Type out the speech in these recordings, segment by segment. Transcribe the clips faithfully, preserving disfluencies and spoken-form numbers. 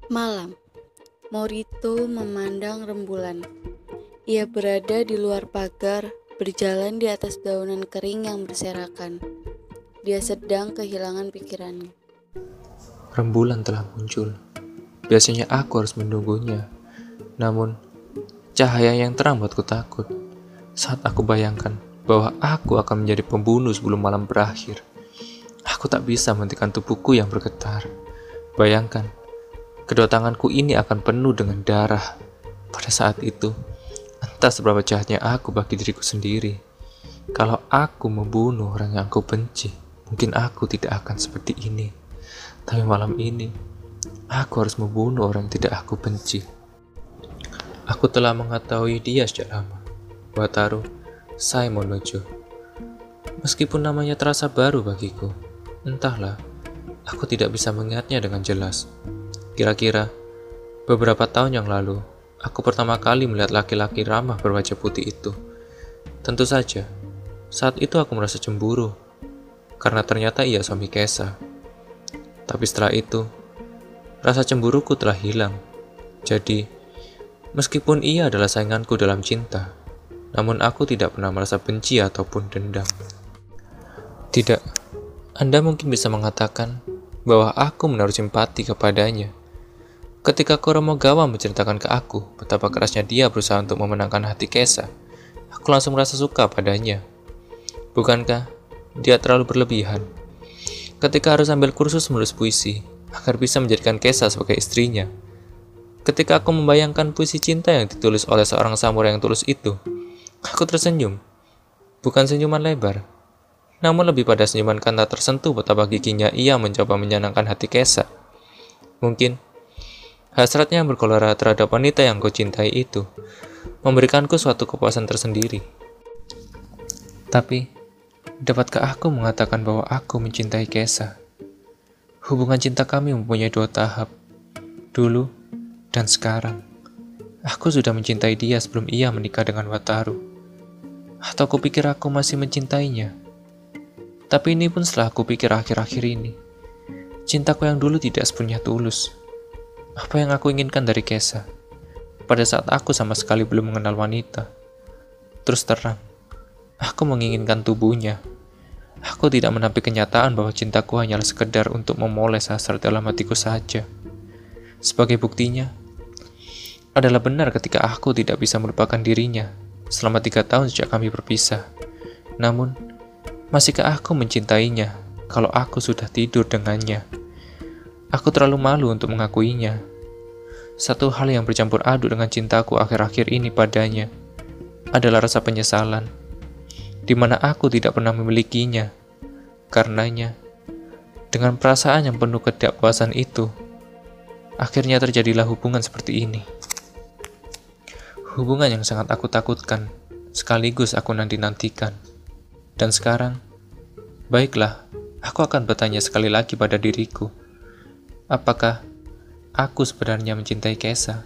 Malam, Morito memandang rembulan. Ia berada di luar pagar, berjalan di atas daunan kering yang berserakan. Dia sedang kehilangan pikirannya. Rembulan telah muncul. Biasanya aku harus menunggunya. Namun, cahaya yang terang buatku takut. Saat aku bayangkan bahwa aku akan menjadi pembunuh sebelum malam berakhir. Aku tak bisa menghentikan tubuhku yang bergetar. Bayangkan, kedua tanganku ini akan penuh dengan darah. Pada saat itu, entah seberapa jahatnya aku bagi diriku sendiri. Kalau aku membunuh orang yang aku benci, mungkin aku tidak akan seperti ini. Tapi malam ini, aku harus membunuh orang yang tidak aku benci. Aku telah mengetahui dia sejak lama. Wataru Saemon Lojo. Meskipun namanya terasa baru bagiku, entahlah, aku tidak bisa mengingatnya dengan jelas. Kira-kira beberapa tahun yang lalu, aku pertama kali melihat laki-laki ramah berwajah putih itu. Tentu saja, saat itu aku merasa cemburu, karena ternyata ia suami Kesa. Tapi setelah itu, rasa cemburuku telah hilang. Jadi, meskipun ia adalah sainganku dalam cinta, namun aku tidak pernah merasa benci ataupun dendam. Tidak, Anda mungkin bisa mengatakan bahwa aku menaruh simpati kepadanya. Ketika Koromogawa menceritakan ke aku betapa kerasnya dia berusaha untuk memenangkan hati Kesa, aku langsung merasa suka padanya. Bukankah dia terlalu berlebihan? Ketika harus ambil kursus menulis puisi agar bisa menjadikan Kesa sebagai istrinya. Ketika aku membayangkan puisi cinta yang ditulis oleh seorang samurai yang tulus itu, aku tersenyum. Bukan senyuman lebar, namun lebih pada senyuman karena tersentuh betapa giginya ia mencoba menyenangkan hati Kesa. Mungkin hasratnya yang bergelora terhadap wanita yang kau cintai itu memberikanku suatu kepuasan tersendiri. Tapi, dapatkah aku mengatakan bahwa aku mencintai Kesa? Hubungan cinta kami mempunyai dua tahap, dulu dan sekarang. Aku sudah mencintai dia sebelum ia menikah dengan Wataru. Atau kupikir aku masih mencintainya. Tapi ini pun setelah aku pikir akhir-akhir ini. Cintaku yang dulu tidak sepenuhnya tulus. Apa yang aku inginkan dari Kesa? Pada saat aku sama sekali belum mengenal wanita. Terus terang, aku menginginkan tubuhnya. Aku tidak menampik kenyataan bahwa cintaku hanyalah sekedar untuk memoles hasrat dalam hatiku saja. Sebagai buktinya, adalah benar ketika aku tidak bisa melupakan dirinya selama tiga tahun sejak kami berpisah. Namun, masihkah aku mencintainya kalau aku sudah tidur dengannya? Aku terlalu malu untuk mengakuinya. Satu hal yang bercampur aduk dengan cintaku akhir-akhir ini padanya adalah rasa penyesalan, di mana aku tidak pernah memilikinya. Karenanya, dengan perasaan yang penuh ketidakpuasan itu, akhirnya terjadilah hubungan seperti ini. Hubungan yang sangat aku takutkan, sekaligus aku nanti-nantikan. Dan sekarang, baiklah, aku akan bertanya sekali lagi pada diriku. Apakah aku sebenarnya mencintai Kesa?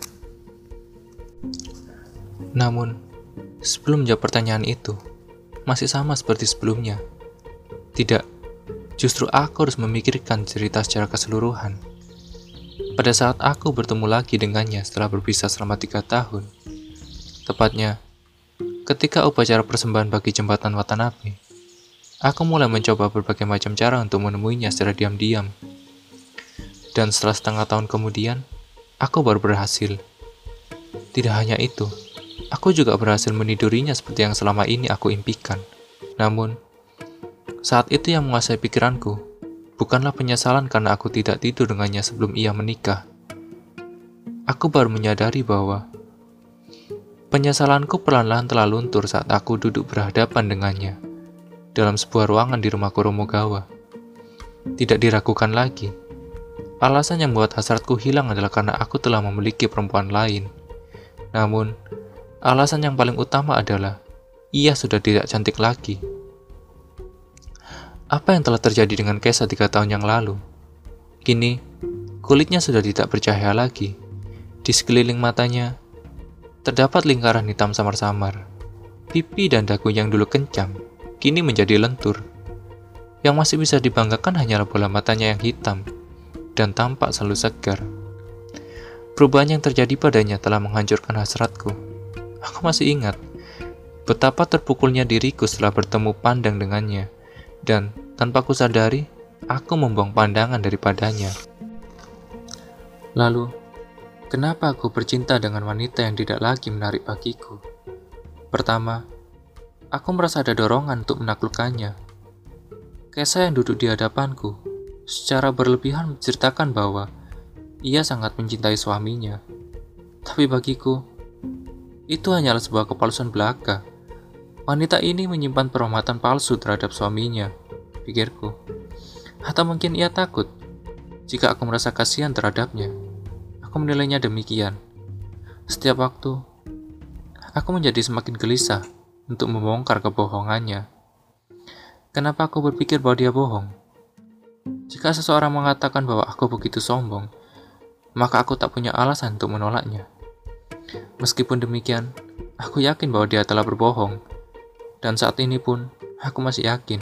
Namun, sebelum menjawab pertanyaan itu, masih sama seperti sebelumnya. Tidak, justru aku harus memikirkan cerita secara keseluruhan. Pada saat aku bertemu lagi dengannya setelah berpisah selama tiga tahun, tepatnya ketika upacara persembahan bagi jembatan Watanabe, aku mulai mencoba berbagai macam cara untuk menemuinya secara diam-diam. Dan setelah setengah tahun kemudian, aku baru berhasil. Tidak hanya itu, aku juga berhasil menidurinya seperti yang selama ini aku impikan. Namun, saat itu yang menguasai pikiranku bukanlah penyesalan karena aku tidak tidur dengannya sebelum ia menikah. Aku baru menyadari bahwa penyesalanku perlahan-lahan telah luntur saat aku duduk berhadapan dengannya dalam sebuah ruangan di rumah Koromogawa. Tidak diragukan lagi, alasan yang membuat hasratku hilang adalah karena aku telah memiliki perempuan lain. Namun, alasan yang paling utama adalah ia sudah tidak cantik lagi. Apa yang telah terjadi dengan Kesa tiga tahun yang lalu? Kini, kulitnya sudah tidak bercahaya lagi. Di sekeliling matanya, terdapat lingkaran hitam samar-samar. Pipi dan dagu yang dulu kencang, kini menjadi lentur. Yang masih bisa dibanggakan hanyalah bola matanya yang hitam, dan tampak selalu segar. Perubahan yang terjadi padanya telah menghancurkan hasratku. Aku masih ingat betapa terpukulnya diriku setelah bertemu pandang dengannya, dan tanpa ku sadari, aku membuang pandangan daripadanya. Lalu, kenapa aku bercinta dengan wanita yang tidak lagi menarik bagiku? Pertama, aku merasa ada dorongan untuk menaklukkannya. Kesa yang duduk di hadapanku secara berlebihan menceritakan bahwa ia sangat mencintai suaminya. Tapi bagiku, itu hanyalah sebuah kepalsuan belaka. Wanita ini menyimpan penghormatan palsu terhadap suaminya, pikirku. Atau mungkin ia takut jika aku merasa kasihan terhadapnya. Aku menilainya demikian. Setiap waktu, aku menjadi semakin gelisah untuk membongkar kebohongannya. Kenapa aku berpikir bahwa dia bohong? Jika seseorang mengatakan bahwa aku begitu sombong, maka aku tak punya alasan untuk menolaknya. Meskipun demikian, aku yakin bahwa dia telah berbohong, dan saat ini pun aku masih yakin.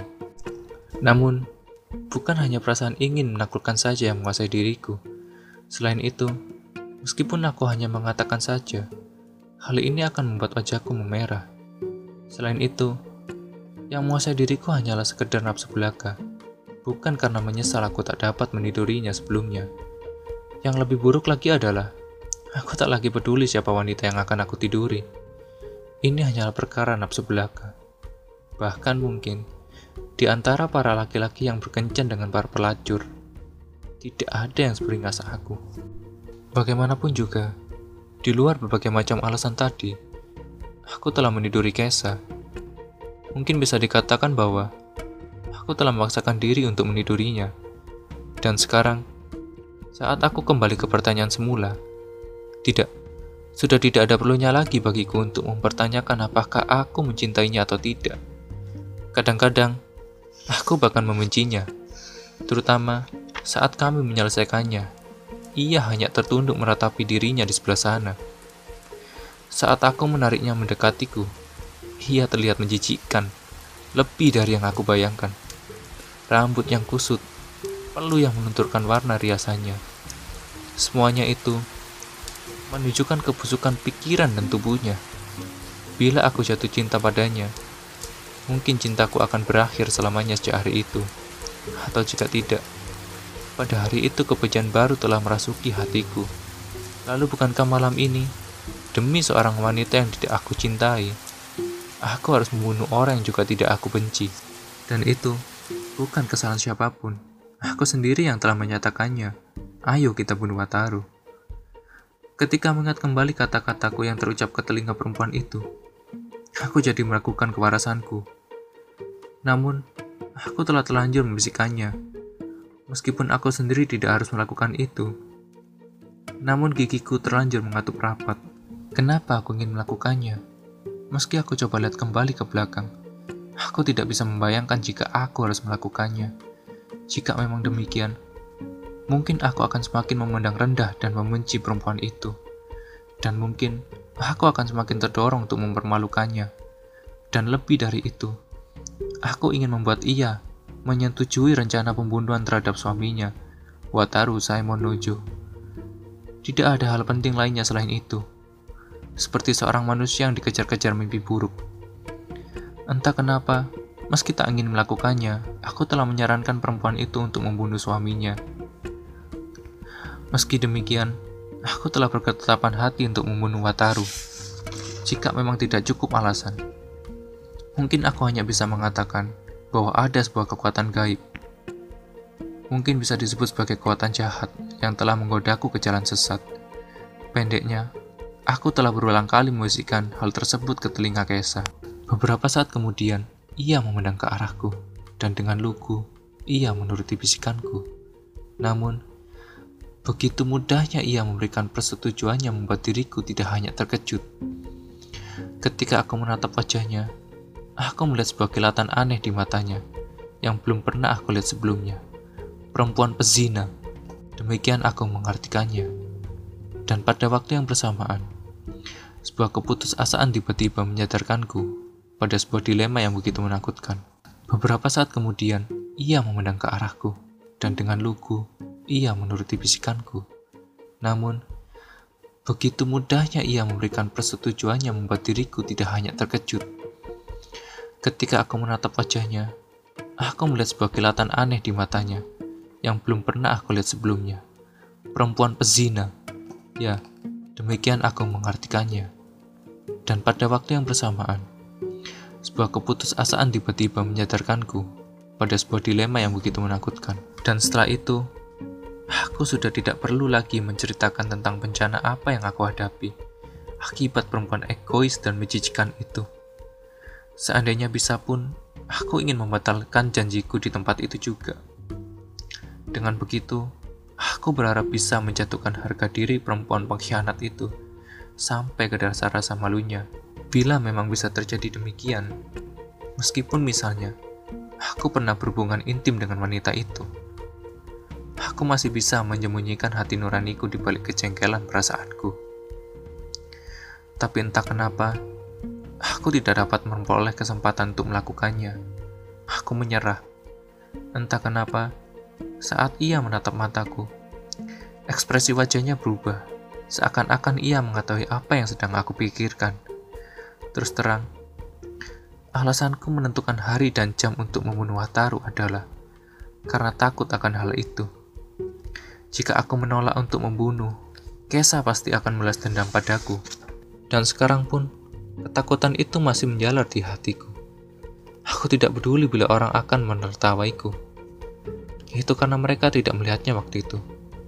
Namun, bukan hanya perasaan ingin menaklukkan saja yang menguasai diriku. Selain itu, meskipun aku hanya mengatakan saja, hal ini akan membuat wajahku memerah. Selain itu, yang menguasai diriku hanyalah sekedar nafsu belaka, bukan karena menyesal aku tak dapat menidurinya sebelumnya. Yang lebih buruk lagi adalah, aku tak lagi peduli siapa wanita yang akan aku tiduri. Ini hanyalah perkara nafsu belaka. Bahkan mungkin, di antara para laki-laki yang berkencan dengan para pelacur, tidak ada yang seberingas aku. Bagaimanapun juga, di luar berbagai macam alasan tadi, aku telah meniduri Kesa. Mungkin bisa dikatakan bahwa aku telah memaksakan diri untuk menidurinya. Dan sekarang, saat aku kembali ke pertanyaan semula, tidak, sudah tidak ada perlunya lagi bagiku untuk mempertanyakan apakah aku mencintainya atau tidak. Kadang-kadang, aku bahkan membencinya, terutama saat kami menyelesaikannya. Ia hanya tertunduk meratapi dirinya di sebelah sana. Saat aku menariknya mendekatiku, ia terlihat menjijikkan, lebih dari yang aku bayangkan. Rambut yang kusut, peluh yang menunturkan warna riasannya. Semuanya itu menunjukkan kebusukan pikiran dan tubuhnya. Bila aku jatuh cinta padanya, mungkin cintaku akan berakhir selamanya sejak hari itu. Atau jika tidak, pada hari itu kebencian baru telah merasuki hatiku. Lalu bukankah malam ini, demi seorang wanita yang tidak aku cintai, aku harus membunuh orang yang juga tidak aku benci. Dan itu bukan kesalahan siapapun. Aku sendiri yang telah menyatakannya. Ayo kita bunuh Wataru. Ketika mengingat kembali kata-kataku yang terucap ke telinga perempuan itu, aku jadi meragukan kewarasanku. Namun, aku telah terlanjur membisikkannya. Meskipun aku sendiri tidak harus melakukan itu. Namun gigiku terlanjur mengatuk rapat. Kenapa aku ingin melakukannya? Meski aku coba lihat kembali ke belakang, aku tidak bisa membayangkan jika aku harus melakukannya. Jika memang demikian, mungkin aku akan semakin memandang rendah dan membenci perempuan itu. Dan mungkin aku akan semakin terdorong untuk mempermalukannya. Dan lebih dari itu, aku ingin membuat ia menyetujui rencana pembunuhan terhadap suaminya, Wataru Saemon Nojo. Tidak ada hal penting lainnya selain itu. Seperti seorang manusia yang dikejar-kejar mimpi buruk. Entah kenapa, meski tak ingin melakukannya, aku telah menyarankan perempuan itu untuk membunuh suaminya. Meski demikian, aku telah berketetapan hati untuk membunuh Wataru. Jika memang tidak cukup alasan, mungkin aku hanya bisa mengatakan bahwa ada sebuah kekuatan gaib. Mungkin bisa disebut sebagai kekuatan jahat yang telah menggodaku ke jalan sesat. Pendeknya, aku telah berulang kali membisikkan hal tersebut ke telinga Kesa. Beberapa saat kemudian, ia memandang ke arahku, dan dengan lugu, ia menuruti bisikanku. Namun, begitu mudahnya ia memberikan persetujuannya membuat diriku tidak hanya terkejut. Ketika aku menatap wajahnya, aku melihat sebuah kilatan aneh di matanya, yang belum pernah aku lihat sebelumnya. Perempuan pezina, demikian aku mengartikannya. Dan pada waktu yang bersamaan, sebuah keputusasaan tiba-tiba menyadarkanku pada sebuah dilema yang begitu menakutkan. Beberapa saat kemudian, ia memandang ke arahku, dan dengan lugu, ia menuruti bisikanku. Namun, Begitu mudahnya ia memberikan persetujuannya membuat diriku tidak hanya terkejut. Ketika aku menatap wajahnya, aku melihat sebuah kilatan aneh di matanya yang belum pernah aku lihat sebelumnya. Perempuan pezina. Ya, demikian aku mengartikannya. Dan pada waktu yang bersamaan, sebuah keputusasaan tiba-tiba menyadarkanku pada sebuah dilema yang begitu menakutkan. Dan setelah itu, aku sudah tidak perlu lagi menceritakan tentang bencana apa yang aku hadapi akibat perempuan egois dan menjijikan itu. Seandainya bisa pun, aku ingin membatalkan janjiku di tempat itu juga. Dengan begitu, aku berharap bisa menjatuhkan harga diri perempuan pengkhianat itu sampai ke dasar rasa malunya. Bila memang bisa terjadi demikian, meskipun misalnya aku pernah berhubungan intim dengan wanita itu, aku masih bisa menyembunyikan hati nuraniku di balik kejengkelan perasaanku. Tapi entah kenapa, aku tidak dapat memperoleh kesempatan untuk melakukannya. Aku menyerah. Entah kenapa, saat ia menatap mataku, ekspresi wajahnya berubah. Seakan-akan ia mengetahui apa yang sedang aku pikirkan. Terus terang, alasanku menentukan hari dan jam untuk membunuh Wataru adalah karena takut akan hal itu. Jika aku menolak untuk membunuh, Kesa pasti akan melas dendam padaku. Dan sekarang pun, ketakutan itu masih menjalar di hatiku. Aku tidak peduli bila orang akan menertawaiku. Itu karena mereka tidak melihatnya waktu itu.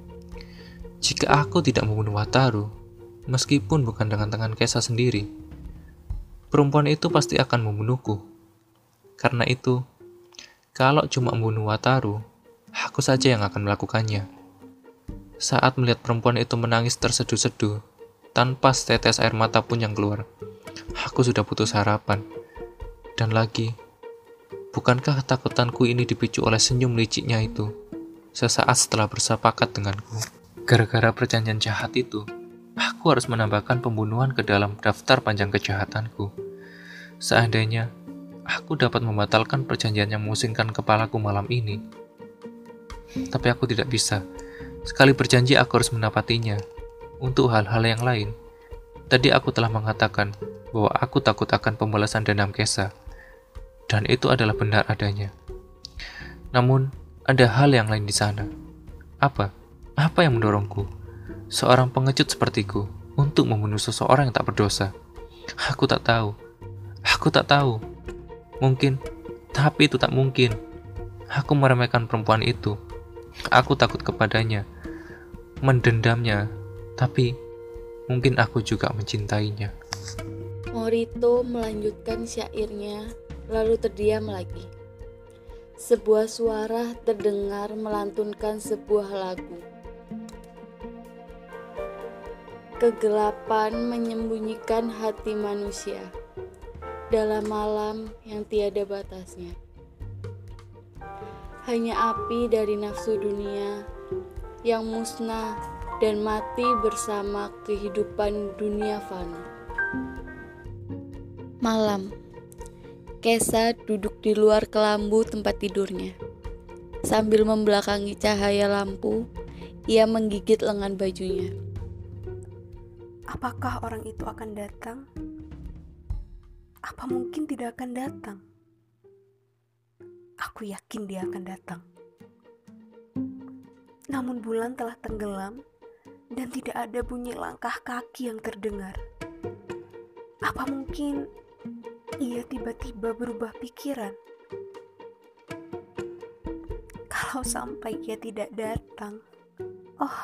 Jika aku tidak membunuh Wataru, meskipun bukan dengan tangan Kesa sendiri, perempuan itu pasti akan membunuhku. Karena itu, kalau cuma membunuh Wataru, aku saja yang akan melakukannya. Saat melihat perempuan itu menangis terseduh-seduh, tanpa setetes air mata pun yang keluar, aku sudah putus harapan. Dan lagi, bukankah ketakutanku ini dipicu oleh senyum liciknya itu, sesaat setelah bersepakat denganku? Gara-gara perjanjian jahat itu, aku harus menambahkan pembunuhan ke dalam daftar panjang kejahatanku. Seandainya aku dapat membatalkan perjanjian yang memusingkan kepalaku malam ini, tapi aku tidak bisa. Sekali berjanji aku harus menepatinya. Untuk hal-hal yang lain, tadi aku telah mengatakan bahwa aku takut akan pembalasan dendam Kesa, dan itu adalah benar adanya. Namun, ada hal yang lain di sana. Apa? Apa yang mendorongku, seorang pengecut sepertiku, untuk membunuh seseorang yang tak berdosa? Aku tak tahu. Aku tak tahu. Mungkin, tapi itu tak mungkin. Aku meremehkan perempuan itu. Aku takut kepadanya, mendendamnya, tapi mungkin aku juga mencintainya. Morito melanjutkan syairnya, lalu terdiam lagi. Sebuah suara terdengar melantunkan sebuah lagu. Kegelapan menyembunyikan hati manusia dalam malam yang tiada batasnya. Hanya api dari nafsu dunia yang musnah dan mati bersama kehidupan dunia fana. Malam, Kesa duduk di luar kelambu tempat tidurnya. Sambil membelakangi cahaya lampu, ia menggigit lengan bajunya. Apakah orang itu akan datang? Apa mungkin tidak akan datang? Aku yakin dia akan datang. Namun bulan telah tenggelam dan tidak ada bunyi langkah kaki yang terdengar. Apa mungkin ia tiba-tiba berubah pikiran? Kalau sampai ia tidak datang, oh,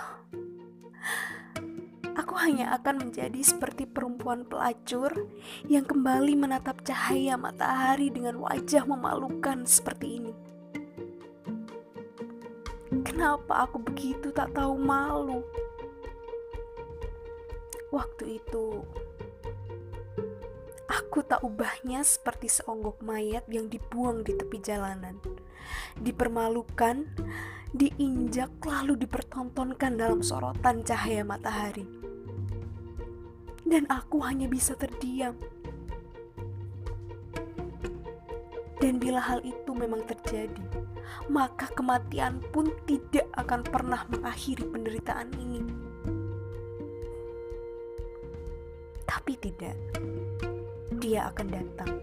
aku hanya akan menjadi seperti perempuan pelacur yang kembali menatap cahaya matahari dengan wajah memalukan seperti ini. Kenapa aku begitu tak tahu malu? Waktu itu, aku tak ubahnya seperti seonggok mayat yang dibuang di tepi jalanan, dipermalukan, diinjak lalu dipertontonkan dalam sorotan cahaya matahari. Dan aku hanya bisa terdiam. Dan bila hal itu memang terjadi, maka kematian pun tidak akan pernah mengakhiri penderitaan ini. Tapi tidak, dia akan datang.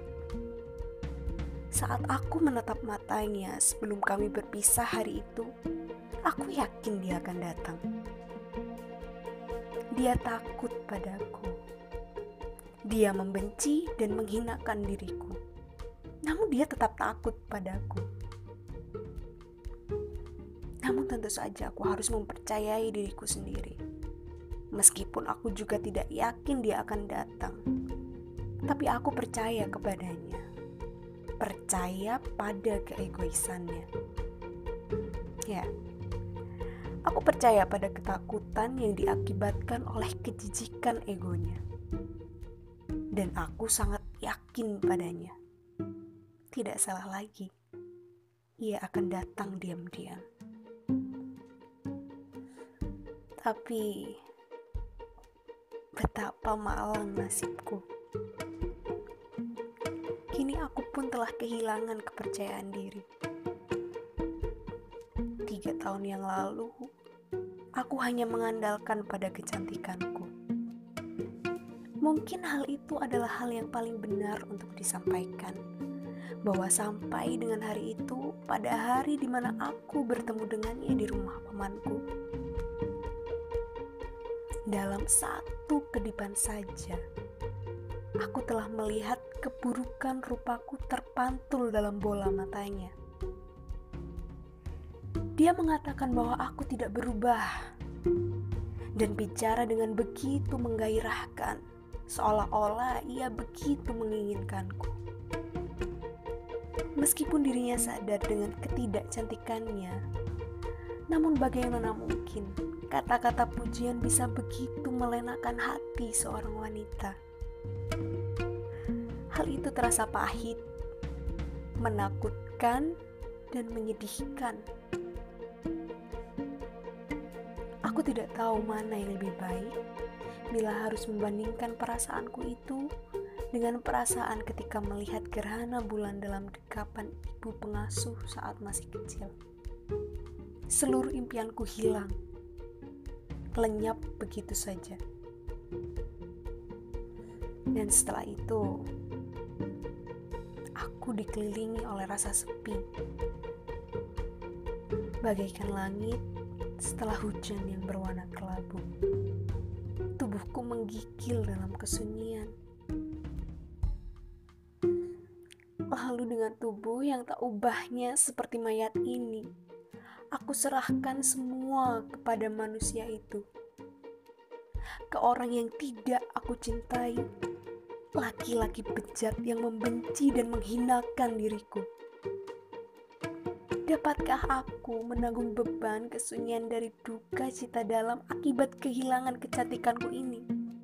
Saat aku menatap matanya sebelum kami berpisah hari itu, aku yakin dia akan datang. Dia takut padaku. Dia membenci dan menghinakan diriku. Namun dia tetap takut padaku. Namun tentu saja aku harus mempercayai diriku sendiri. Meskipun aku juga tidak yakin dia akan datang. Tapi aku percaya kepadanya. Percaya pada keegoisannya. Ya, aku percaya pada ketakutan yang diakibatkan oleh kejijikan egonya. Dan aku sangat yakin padanya. Tidak salah lagi, ia akan datang diam-diam. Tapi betapa malang nasibku. Kini aku pun telah kehilangan kepercayaan diri. Tiga tahun yang lalu, aku hanya mengandalkan pada kecantikanku. Mungkin hal itu adalah hal yang paling benar untuk disampaikan. Bahwa sampai dengan hari itu, pada hari di mana aku bertemu dengannya di rumah pamanku, dalam satu kedipan saja, aku telah melihat keburukan rupaku terpantul dalam bola matanya. Dia mengatakan bahwa aku tidak berubah, dan bicara dengan begitu menggairahkan, seolah-olah ia begitu menginginkanku. Meskipun dirinya sadar dengan ketidakcantikannya, namun bagaimana mungkin kata-kata pujian bisa begitu melenakan hati seorang wanita? Hal itu terasa pahit, menakutkan, dan menyedihkan. Aku tidak tahu mana yang lebih baik bila harus membandingkan perasaanku itu dengan perasaan ketika melihat gerhana bulan dalam dekapan ibu pengasuh saat masih kecil. Seluruh impianku hilang, lenyap begitu saja. Dan setelah itu, aku dikelilingi oleh rasa sepi, bagaikan langit setelah hujan yang berwarna kelabu. Tubuhku menggigil dalam kesunyian. Lalu dengan tubuh yang tak ubahnya seperti mayat ini, aku serahkan semua kepada manusia itu. Ke orang yang tidak aku cintai, laki-laki bejat yang membenci dan menghinakan diriku. Dapatkah aku menanggung beban kesunyian dari duka cita dalam akibat kehilangan kecantikanku ini?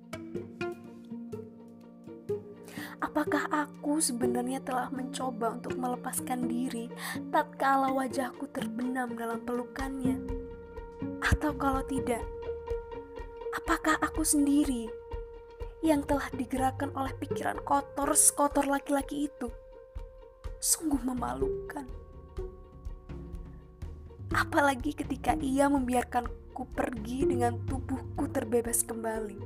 Apakah aku sebenarnya telah mencoba untuk melepaskan diri tatkala wajahku terbenam dalam pelukannya? Atau kalau tidak, apakah aku sendiri yang telah digerakkan oleh pikiran kotor sekotor laki-laki itu? Sungguh memalukan. Apalagi ketika ia membiarkanku pergi dengan tubuhku terbebas kembali.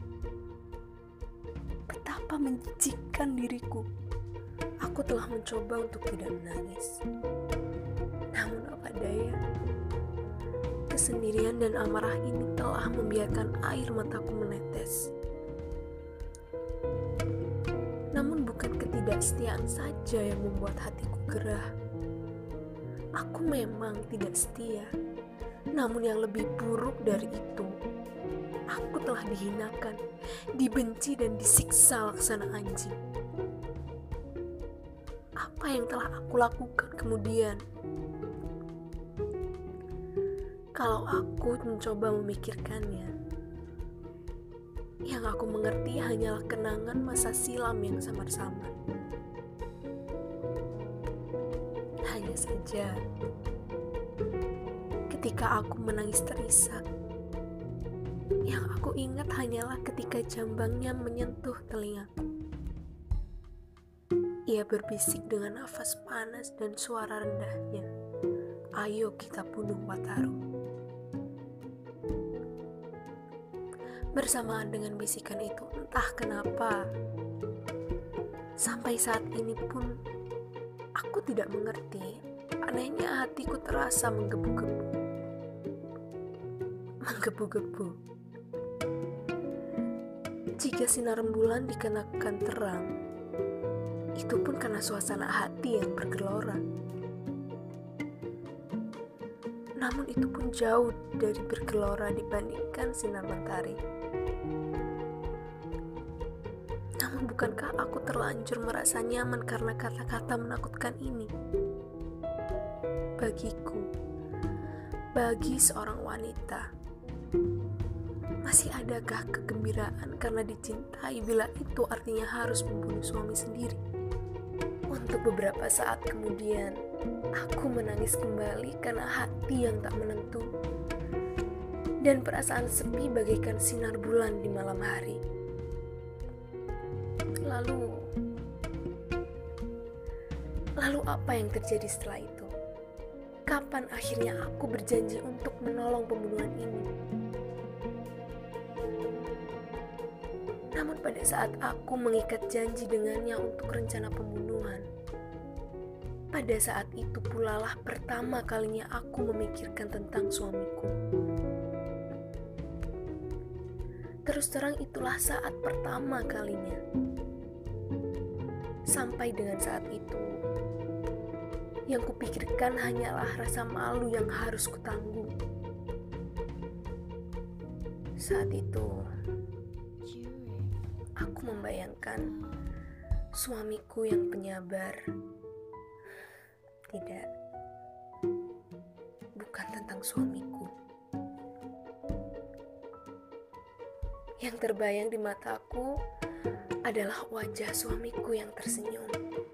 Betapa menjijikkan diriku. Aku telah mencoba untuk tidak menangis. Namun apa daya, kesendirian dan amarah ini telah membiarkan air mataku menetes. Namun bukan ketidaksetiaan saja yang membuat hatiku gerah. Aku memang tidak setia, namun yang lebih buruk dari itu, aku telah dihinakan, dibenci dan disiksa laksana anjing. Apa yang telah aku lakukan kemudian? Kalau aku mencoba memikirkannya, yang aku mengerti hanyalah kenangan masa silam yang samar-samar. Hanya saja, ketika aku menangis terisak, yang aku ingat hanyalah ketika jambangnya menyentuh telingaku. Ia berbisik dengan nafas panas dan suara rendahnya, "Ayo kita bunuh Wataru." Bersamaan dengan bisikan itu, entah kenapa, sampai saat ini pun aku tidak mengerti. Anehnya hatiku terasa menggebu-gebu. Menggebu-gebu. Jika sinar rembulan dikenakan terang, itu pun karena suasana hati yang bergelora. Namun itu pun jauh dari bergelora dibandingkan sinar mentari. Namun bukankah aku terlanjur merasa nyaman karena kata-kata menakutkan ini? Bagiku, bagi seorang wanita, masih adakah kegembiraan karena dicintai bila itu artinya harus membunuh suami sendiri? Untuk beberapa saat kemudian, aku menangis kembali karena hati yang tak menentu dan perasaan sepi bagaikan sinar bulan di malam hari. Lalu, lalu apa yang terjadi setelah itu? Kapan akhirnya aku berjanji untuk menolong pembunuhan ini? Namun pada saat aku mengikat janji dengannya untuk rencana pembunuhan, pada saat itu pula lah pertama kalinya aku memikirkan tentang suamiku. Terus terang itulah saat pertama kalinya. Sampai dengan saat itu, yang kupikirkan hanyalah rasa malu yang harus kutanggung. Saat itu, aku membayangkan suamiku yang penyabar. Tidak, bukan tentang suamiku. Yang terbayang di mataku adalah wajah suamiku yang tersenyum.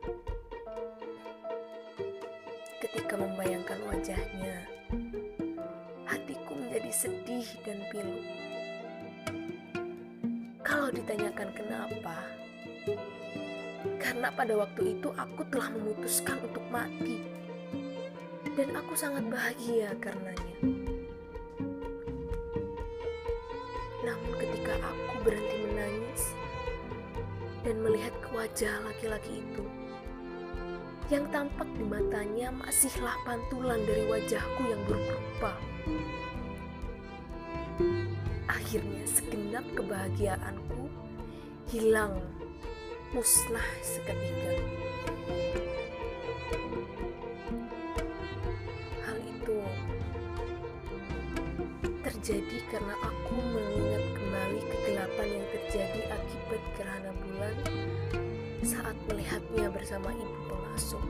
Ketika membayangkan wajahnya, hatiku menjadi sedih dan pilu. Kalau ditanyakan kenapa, karena pada waktu itu aku telah memutuskan untuk mati, dan aku sangat bahagia karenanya. Namun ketika aku berhenti menangis dan melihat ke wajah laki-laki itu, yang tampak di matanya masihlah pantulan dari wajahku yang buruk rupa. Akhirnya segenap kebahagiaanku hilang, musnah seketika. Hal itu terjadi karena aku mengingat kembali kegelapan yang terjadi akibat gerhana bulan saat melihatnya bersama ibu pengasuh.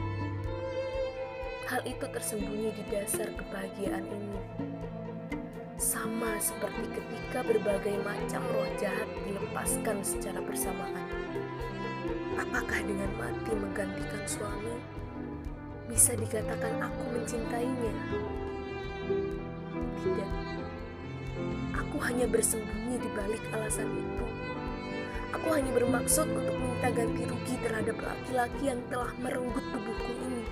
Hal itu tersembunyi di dasar kebahagiaan ini. Sama seperti ketika berbagai macam roh jahat dilepaskan secara bersamaan. Apakah dengan mati menggantikan suami, bisa dikatakan aku mencintainya? Tidak. Aku hanya bersembunyi di balik alasan itu. Aku hanya bermaksud untuk minta ganti rugi terhadap laki-laki yang telah merenggut tubuhku ini.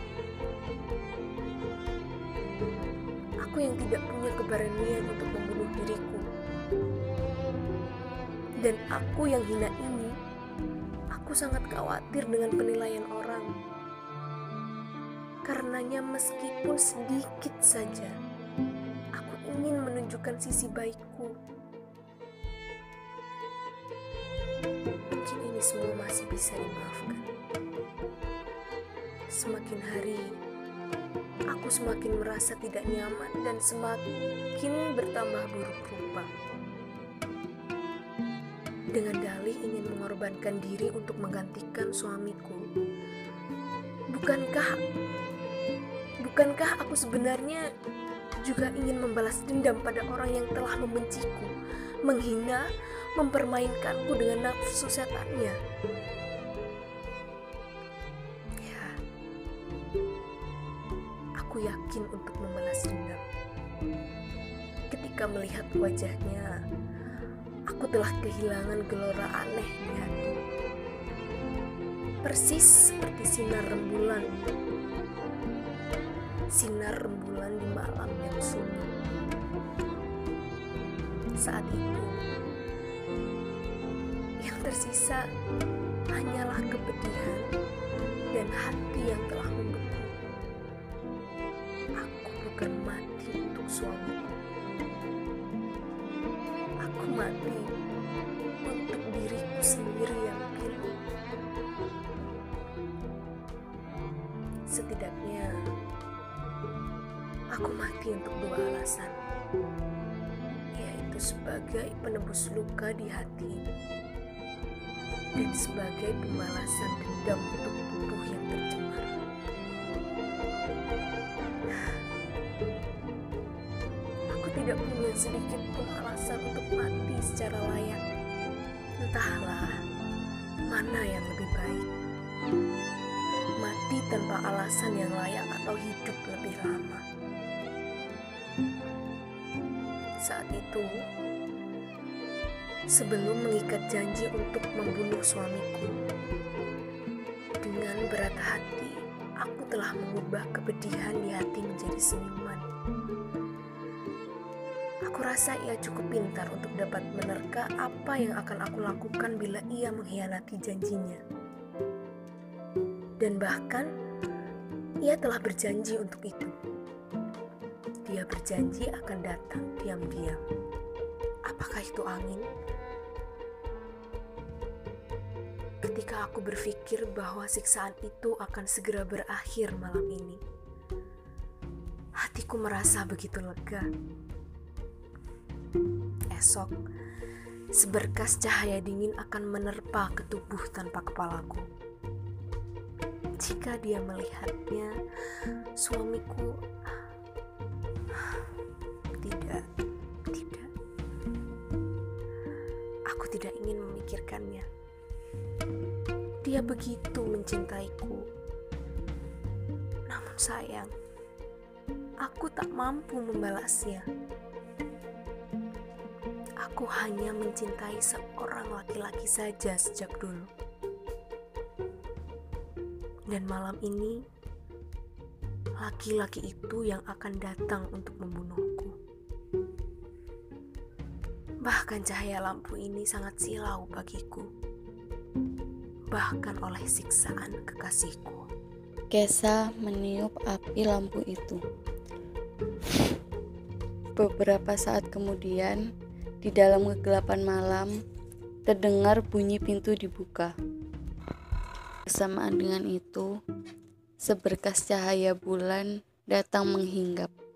Aku yang tidak punya keberanian untuk membunuh diriku. Dan aku yang hina ini, aku sangat khawatir dengan penilaian orang. Karenanya meskipun sedikit saja, aku ingin menunjukkan sisi baikku. Mungkin ini semua masih bisa dimaafkan. Semakin hari, aku semakin merasa tidak nyaman dan semakin bertambah buruk rupa. Dengan dalih ingin mengorbankan diri untuk menggantikan suamiku. Bukankah Bukankah aku sebenarnya juga ingin membalas dendam pada orang yang telah membenciku, menghina, mempermainkanku dengan nafsu setannya? Ya, aku yakin untuk membalas dendam. Ketika melihat wajahnya, aku telah kehilangan gelora aneh di hati. Persis seperti sinar rembulan. Sinar rembulan di malam yang sunyi. Saat itu, Yang tersisa hanyalah kepedihan dan hati yang telah membeku. Aku bukan mati untuk suamiku. Aku mati untuk diriku sendiri yang pilu. Setidaknya aku mati untuk dua alasan, yaitu sebagai penebus luka di hati dan sebagai pembalasan dendam untuk tubuh yang tercemar. Aku tidak punya sedikit pun alasan untuk mati secara layak. Entahlah mana yang lebih baik, mati tanpa alasan yang layak atau hidup lebih lama. Saat itu, sebelum mengikat janji untuk membunuh suamiku, dengan berat hati aku telah mengubah kepedihan di hati menjadi senyuman. Aku rasa ia cukup pintar untuk dapat menerka apa yang akan aku lakukan bila ia mengkhianati janjinya. Dan bahkan ia telah berjanji untuk itu. Dia berjanji akan datang diam-diam. Apakah itu angin? Ketika aku berpikir bahwa siksaan itu akan segera berakhir malam ini, hatiku merasa begitu lega. Esok, seberkas cahaya dingin akan menerpa ke tubuh tanpa kepalaku. Jika dia melihatnya, suamiku tidak, tidak. Aku tidak ingin memikirkannya. Dia begitu mencintaiku. Namun sayang, aku tak mampu membalasnya. Aku hanya mencintai seorang laki-laki saja sejak dulu. Dan malam ini, laki-laki itu yang akan datang untuk membunuhku. Bahkan cahaya lampu ini sangat silau bagiku. Bahkan oleh siksaan kekasihku. Kesa meniup api lampu itu. Beberapa saat kemudian, di dalam kegelapan malam, terdengar bunyi pintu dibuka. Bersamaan dengan itu, seberkas cahaya bulan datang menghinggap.